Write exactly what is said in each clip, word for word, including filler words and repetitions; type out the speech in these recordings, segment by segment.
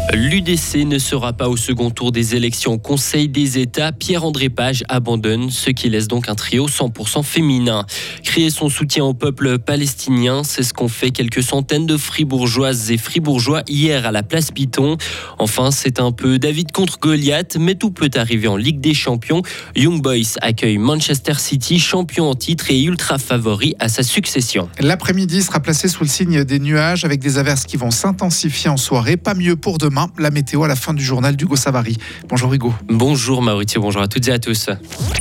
L'U D C ne sera pas au second tour des élections au Conseil des États. Pierre-André Page abandonne, ce qui laisse donc un trio cent pour cent féminin. Crier son soutien au peuple palestinien, c'est ce qu'ont fait quelques centaines de fribourgeoises et fribourgeois hier à la place Piton. Enfin, c'est un peu David contre Goliath, mais tout peut arriver en Ligue des Champions. Young Boys accueille Manchester City, champion en titre et ultra favori à sa succession. L'après-midi sera placé sous le signe des nuages avec des averses qui vont s'intensifier en soirée. Pas mieux pour demain. La météo à la fin du journal d'Hugo Savary. Bonjour Hugo. Bonjour Maurizio, bonjour à toutes et à tous.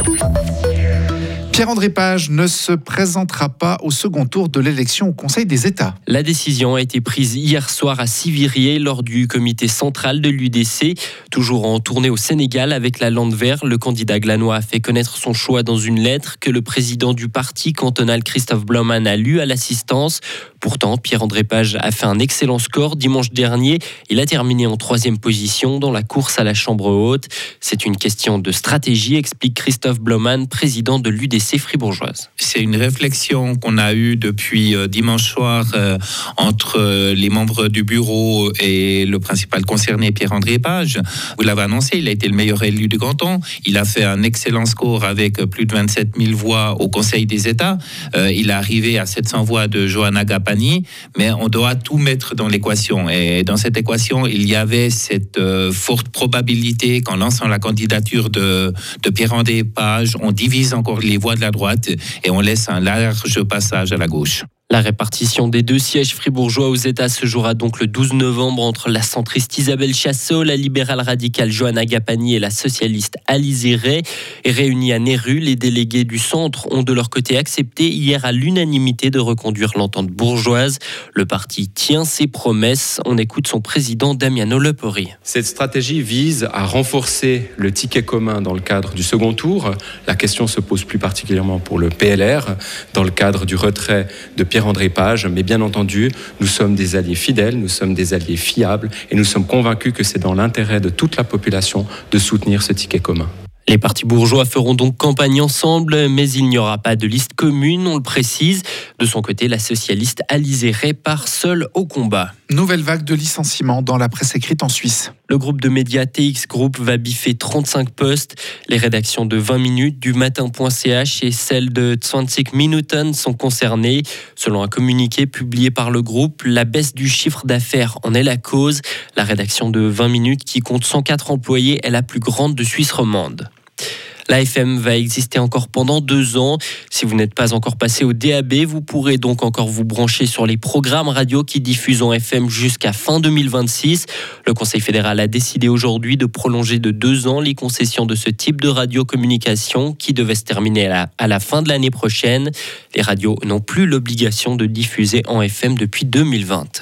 Pierre-André Page ne se présentera pas au second tour de l'élection au Conseil des États. La décision a été prise hier soir à Sivirier lors du comité central de l'U D C. Toujours en tournée au Sénégal avec la Landwehr, le candidat glanois a fait connaître son choix dans une lettre que le président du parti cantonal Christophe Blaumann a lue à l'assistance. Pourtant, Pierre-André Page a fait un excellent score dimanche dernier. Il a terminé en troisième position dans la course à la Chambre haute. C'est une question de stratégie, explique Christophe Blaumann, président de l'U D C fribourgeoise. C'est une réflexion qu'on a eue depuis dimanche soir euh, entre les membres du bureau et le principal concerné, Pierre-André Page. Vous l'avez annoncé, il a été le meilleur élu du canton. Il a fait un excellent score avec plus de vingt-sept mille voix au Conseil des États. Euh, il est arrivé à sept cents voix de Johanna Gapani, mais on doit tout mettre dans l'équation. Et dans cette équation, il y avait cette euh, forte probabilité qu'en lançant la candidature de, de Pierre-André Page, on divise encore les voix de la droite et on laisse un large passage à la gauche. La répartition des deux sièges fribourgeois aux États se jouera donc le douze novembre entre la centriste Isabelle Chassot, la libérale radicale Johanna Gapani et la socialiste Alizé Ray. Et réunis à Néru, les délégués du centre ont de leur côté accepté hier à l'unanimité de reconduire l'entente bourgeoise. Le parti tient ses promesses. On écoute son président Damiano Lepori. Cette stratégie vise à renforcer le ticket commun dans le cadre du second tour. La question se pose plus particulièrement pour le P L R dans le cadre du retrait de Pierre Pierre-André Page, mais bien entendu, nous sommes des alliés fidèles, nous sommes des alliés fiables et nous sommes convaincus que c'est dans l'intérêt de toute la population de soutenir ce ticket commun. Les partis bourgeois feront donc campagne ensemble, mais il n'y aura pas de liste commune, on le précise. De son côté, la socialiste Alizé Ray part seule au combat. Nouvelle vague de licenciements dans la presse écrite en Suisse. Le groupe de médias T X Group va biffer trente-cinq postes. Les rédactions de vingt minutes, du matin point c h et celles de vingt Minuten sont concernées. Selon un communiqué publié par le groupe, la baisse du chiffre d'affaires en est la cause. La rédaction de vingt minutes, qui compte cent quatre employés, est la plus grande de Suisse romande. L'A F M va exister encore pendant deux ans. Si vous n'êtes pas encore passé au D A B, vous pourrez donc encore vous brancher sur les programmes radio qui diffusent en F M jusqu'à fin deux mille vingt-six. Le Conseil fédéral a décidé aujourd'hui de prolonger de deux ans les concessions de ce type de radiocommunication qui devait se terminer à la, à la fin de l'année prochaine. Les radios n'ont plus l'obligation de diffuser en F M depuis deux mille vingt.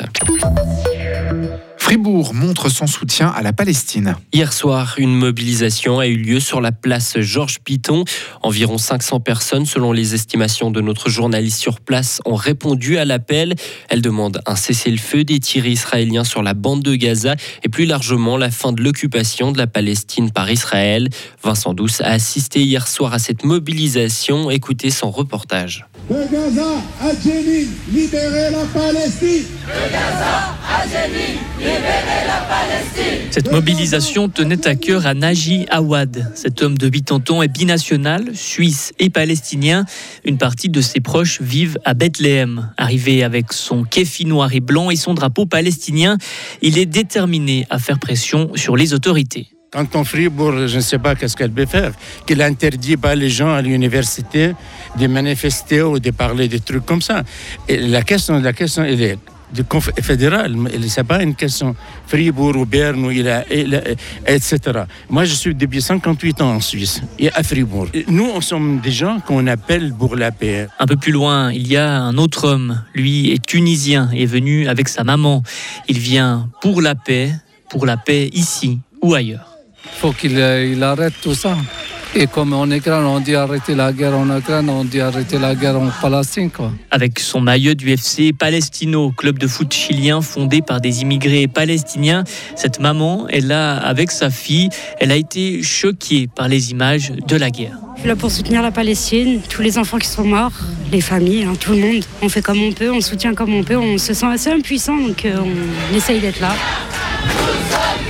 Fribourg montre son soutien à la Palestine. Hier soir, une mobilisation a eu lieu sur la place Georges Piton. Environ cinq cents personnes, selon les estimations de notre journaliste sur place, ont répondu à l'appel. Elles demandent un cessez-le-feu des tirs israéliens sur la bande de Gaza et plus largement la fin de l'occupation de la Palestine par Israël. Vincent Douce a assisté hier soir à cette mobilisation. Écoutez son reportage. De Gaza à Jenin, libérez la Palestine. De Gaza à Jenin, libérez la Palestine. Cette mobilisation tenait à cœur à Naji Awad. Cet homme de Bitanton est binational, suisse et palestinien. Une partie de ses proches vivent à Bethléem. Arrivé avec son kéfi noir et blanc et son drapeau palestinien, il est déterminé à faire pression sur les autorités. Quand on Fribourg, je ne sais pas qu'est-ce qu'elle peut faire, qu'il interdit pas les gens à l'université de manifester ou de parler des trucs comme ça. Et la question, la question, elle est du fédéral, c'est pas une question Fribourg ou Berne ou il a, il a, et cetera. Moi, je suis depuis cinquante-huit ans en Suisse et à Fribourg. Nous, on sommes des gens qu'on appelle pour la paix. Un peu plus loin, il y a un autre homme. Lui est tunisien et est venu avec sa maman. Il vient pour la paix, pour la paix ici ou ailleurs. Il faut qu'il il arrête tout ça. Et comme en Ukraine, on dit arrêter la guerre en Ukraine, on dit arrêter la guerre en Palestine, quoi. Avec son maillot du F C Palestino, club de foot chilien fondé par des immigrés palestiniens, cette maman est là avec sa fille. Elle a été choquée par les images de la guerre. Je suis là pour soutenir la Palestine, tous les enfants qui sont morts, les familles, hein, tout le monde. On fait comme on peut, on soutient comme on peut, on se sent assez impuissant, donc euh, on essaye d'être là.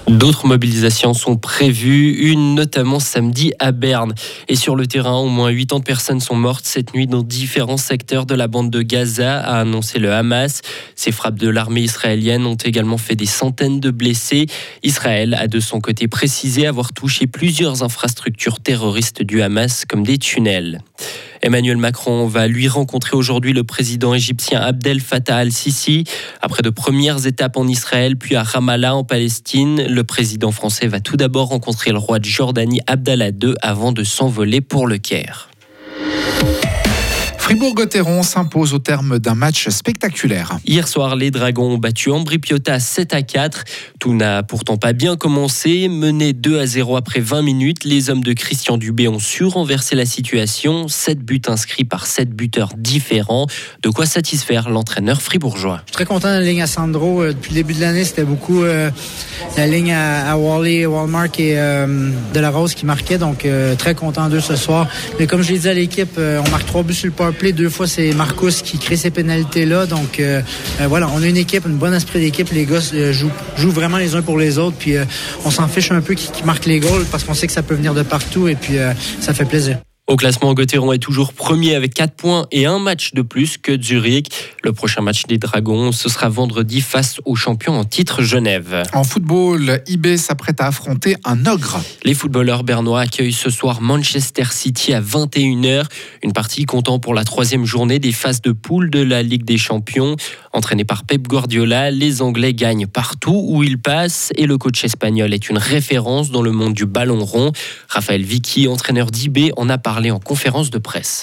D'autres mobilisations sont prévues, une notamment samedi à Berne. Et sur le terrain, au moins quatre-vingts personnes sont mortes cette nuit dans différents secteurs de la bande de Gaza, a annoncé le Hamas. Ces frappes de l'armée israélienne ont également fait des centaines de blessés. Israël a de son côté précisé avoir touché plusieurs infrastructures terroristes du Hamas, comme des tunnels. Emmanuel Macron va lui rencontrer aujourd'hui le président égyptien Abdel Fattah al-Sisi. Après de premières étapes en Israël, puis à Ramallah en Palestine, le président français va tout d'abord rencontrer le roi de Jordanie Abdallah deux avant de s'envoler pour le Caire. Fribourg-Gotteron s'impose au terme d'un match spectaculaire. Hier soir, les Dragons ont battu Ambri-Piotta sept à quatre. Tout n'a pourtant pas bien commencé. Menés deux à zéro après vingt minutes, les hommes de Christian Dubé ont su renverser la situation. sept buts inscrits par sept buteurs différents. De quoi satisfaire l'entraîneur fribourgeois. Je suis très content de la ligne à Sandro. Depuis le début de l'année, c'était beaucoup euh, la ligne à, à Wally, Walmark et euh, De La Rose qui marquaient. Donc, euh, très content d'eux ce soir. Mais comme je l'ai dit à l'équipe, euh, on marque trois buts sur le powerplay. Deux fois, c'est Marcus qui crée ces pénalités-là. Donc, euh, euh, voilà, on a une équipe, un bon esprit d'équipe. Les gars euh, jouent, jouent vraiment les uns pour les autres. Puis, euh, on s'en fiche un peu qui, qui marque les goals parce qu'on sait que ça peut venir de partout. Et puis, euh, ça fait plaisir. Au classement, Gotteron est toujours premier avec quatre points et un match de plus que Zurich. Le prochain match des Dragons, ce sera vendredi face aux champions en titre Genève. En football, I B s'apprête à affronter un ogre. Les footballeurs bernois accueillent ce soir Manchester City à vingt et une heures. Une partie comptant pour la troisième journée des phases de poule de la Ligue des Champions. Entraînés par Pep Guardiola, les Anglais gagnent partout où ils passent et le coach espagnol est une référence dans le monde du ballon rond. Raphaël Vicky, entraîneur d'I B, en a parlé en conférence de presse.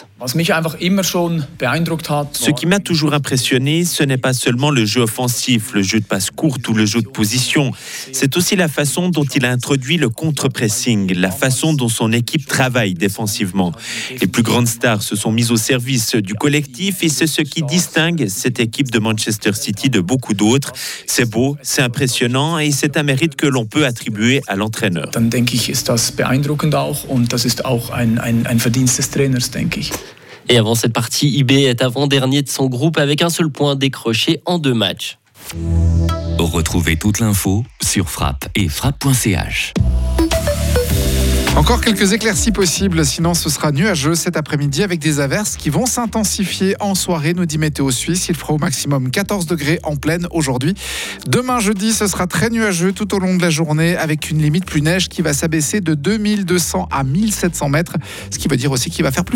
Ce qui m'a toujours impressionné, ce n'est pas seulement le jeu offensif, le jeu de passe courte ou le jeu de position. C'est aussi la façon dont il a introduit le contre-pressing, la façon dont son équipe travaille défensivement. Les plus grandes stars se sont mises au service du collectif et c'est ce qui distingue cette équipe de Manchester City de beaucoup d'autres. C'est beau, c'est impressionnant et c'est un mérite que l'on peut attribuer à l'entraîneur. Dann denke ich, ist das beeindruckend auch und das ist auch ein, ein, ein Verdienst des Trainers, denke ich. Et avant cette partie, I B est avant-dernier de son groupe avec un seul point décroché en deux matchs. Retrouvez toute l'info sur Frappe et frappe point c h. Encore quelques éclaircies possibles, sinon ce sera nuageux cet après-midi avec des averses qui vont s'intensifier en soirée, nous dit Météo Suisse. Il fera au maximum quatorze degrés en pleine aujourd'hui. Demain jeudi, ce sera très nuageux tout au long de la journée avec une limite plus neige qui va s'abaisser de deux mille deux cents à mille sept cents mètres, ce qui veut dire aussi qu'il va faire plus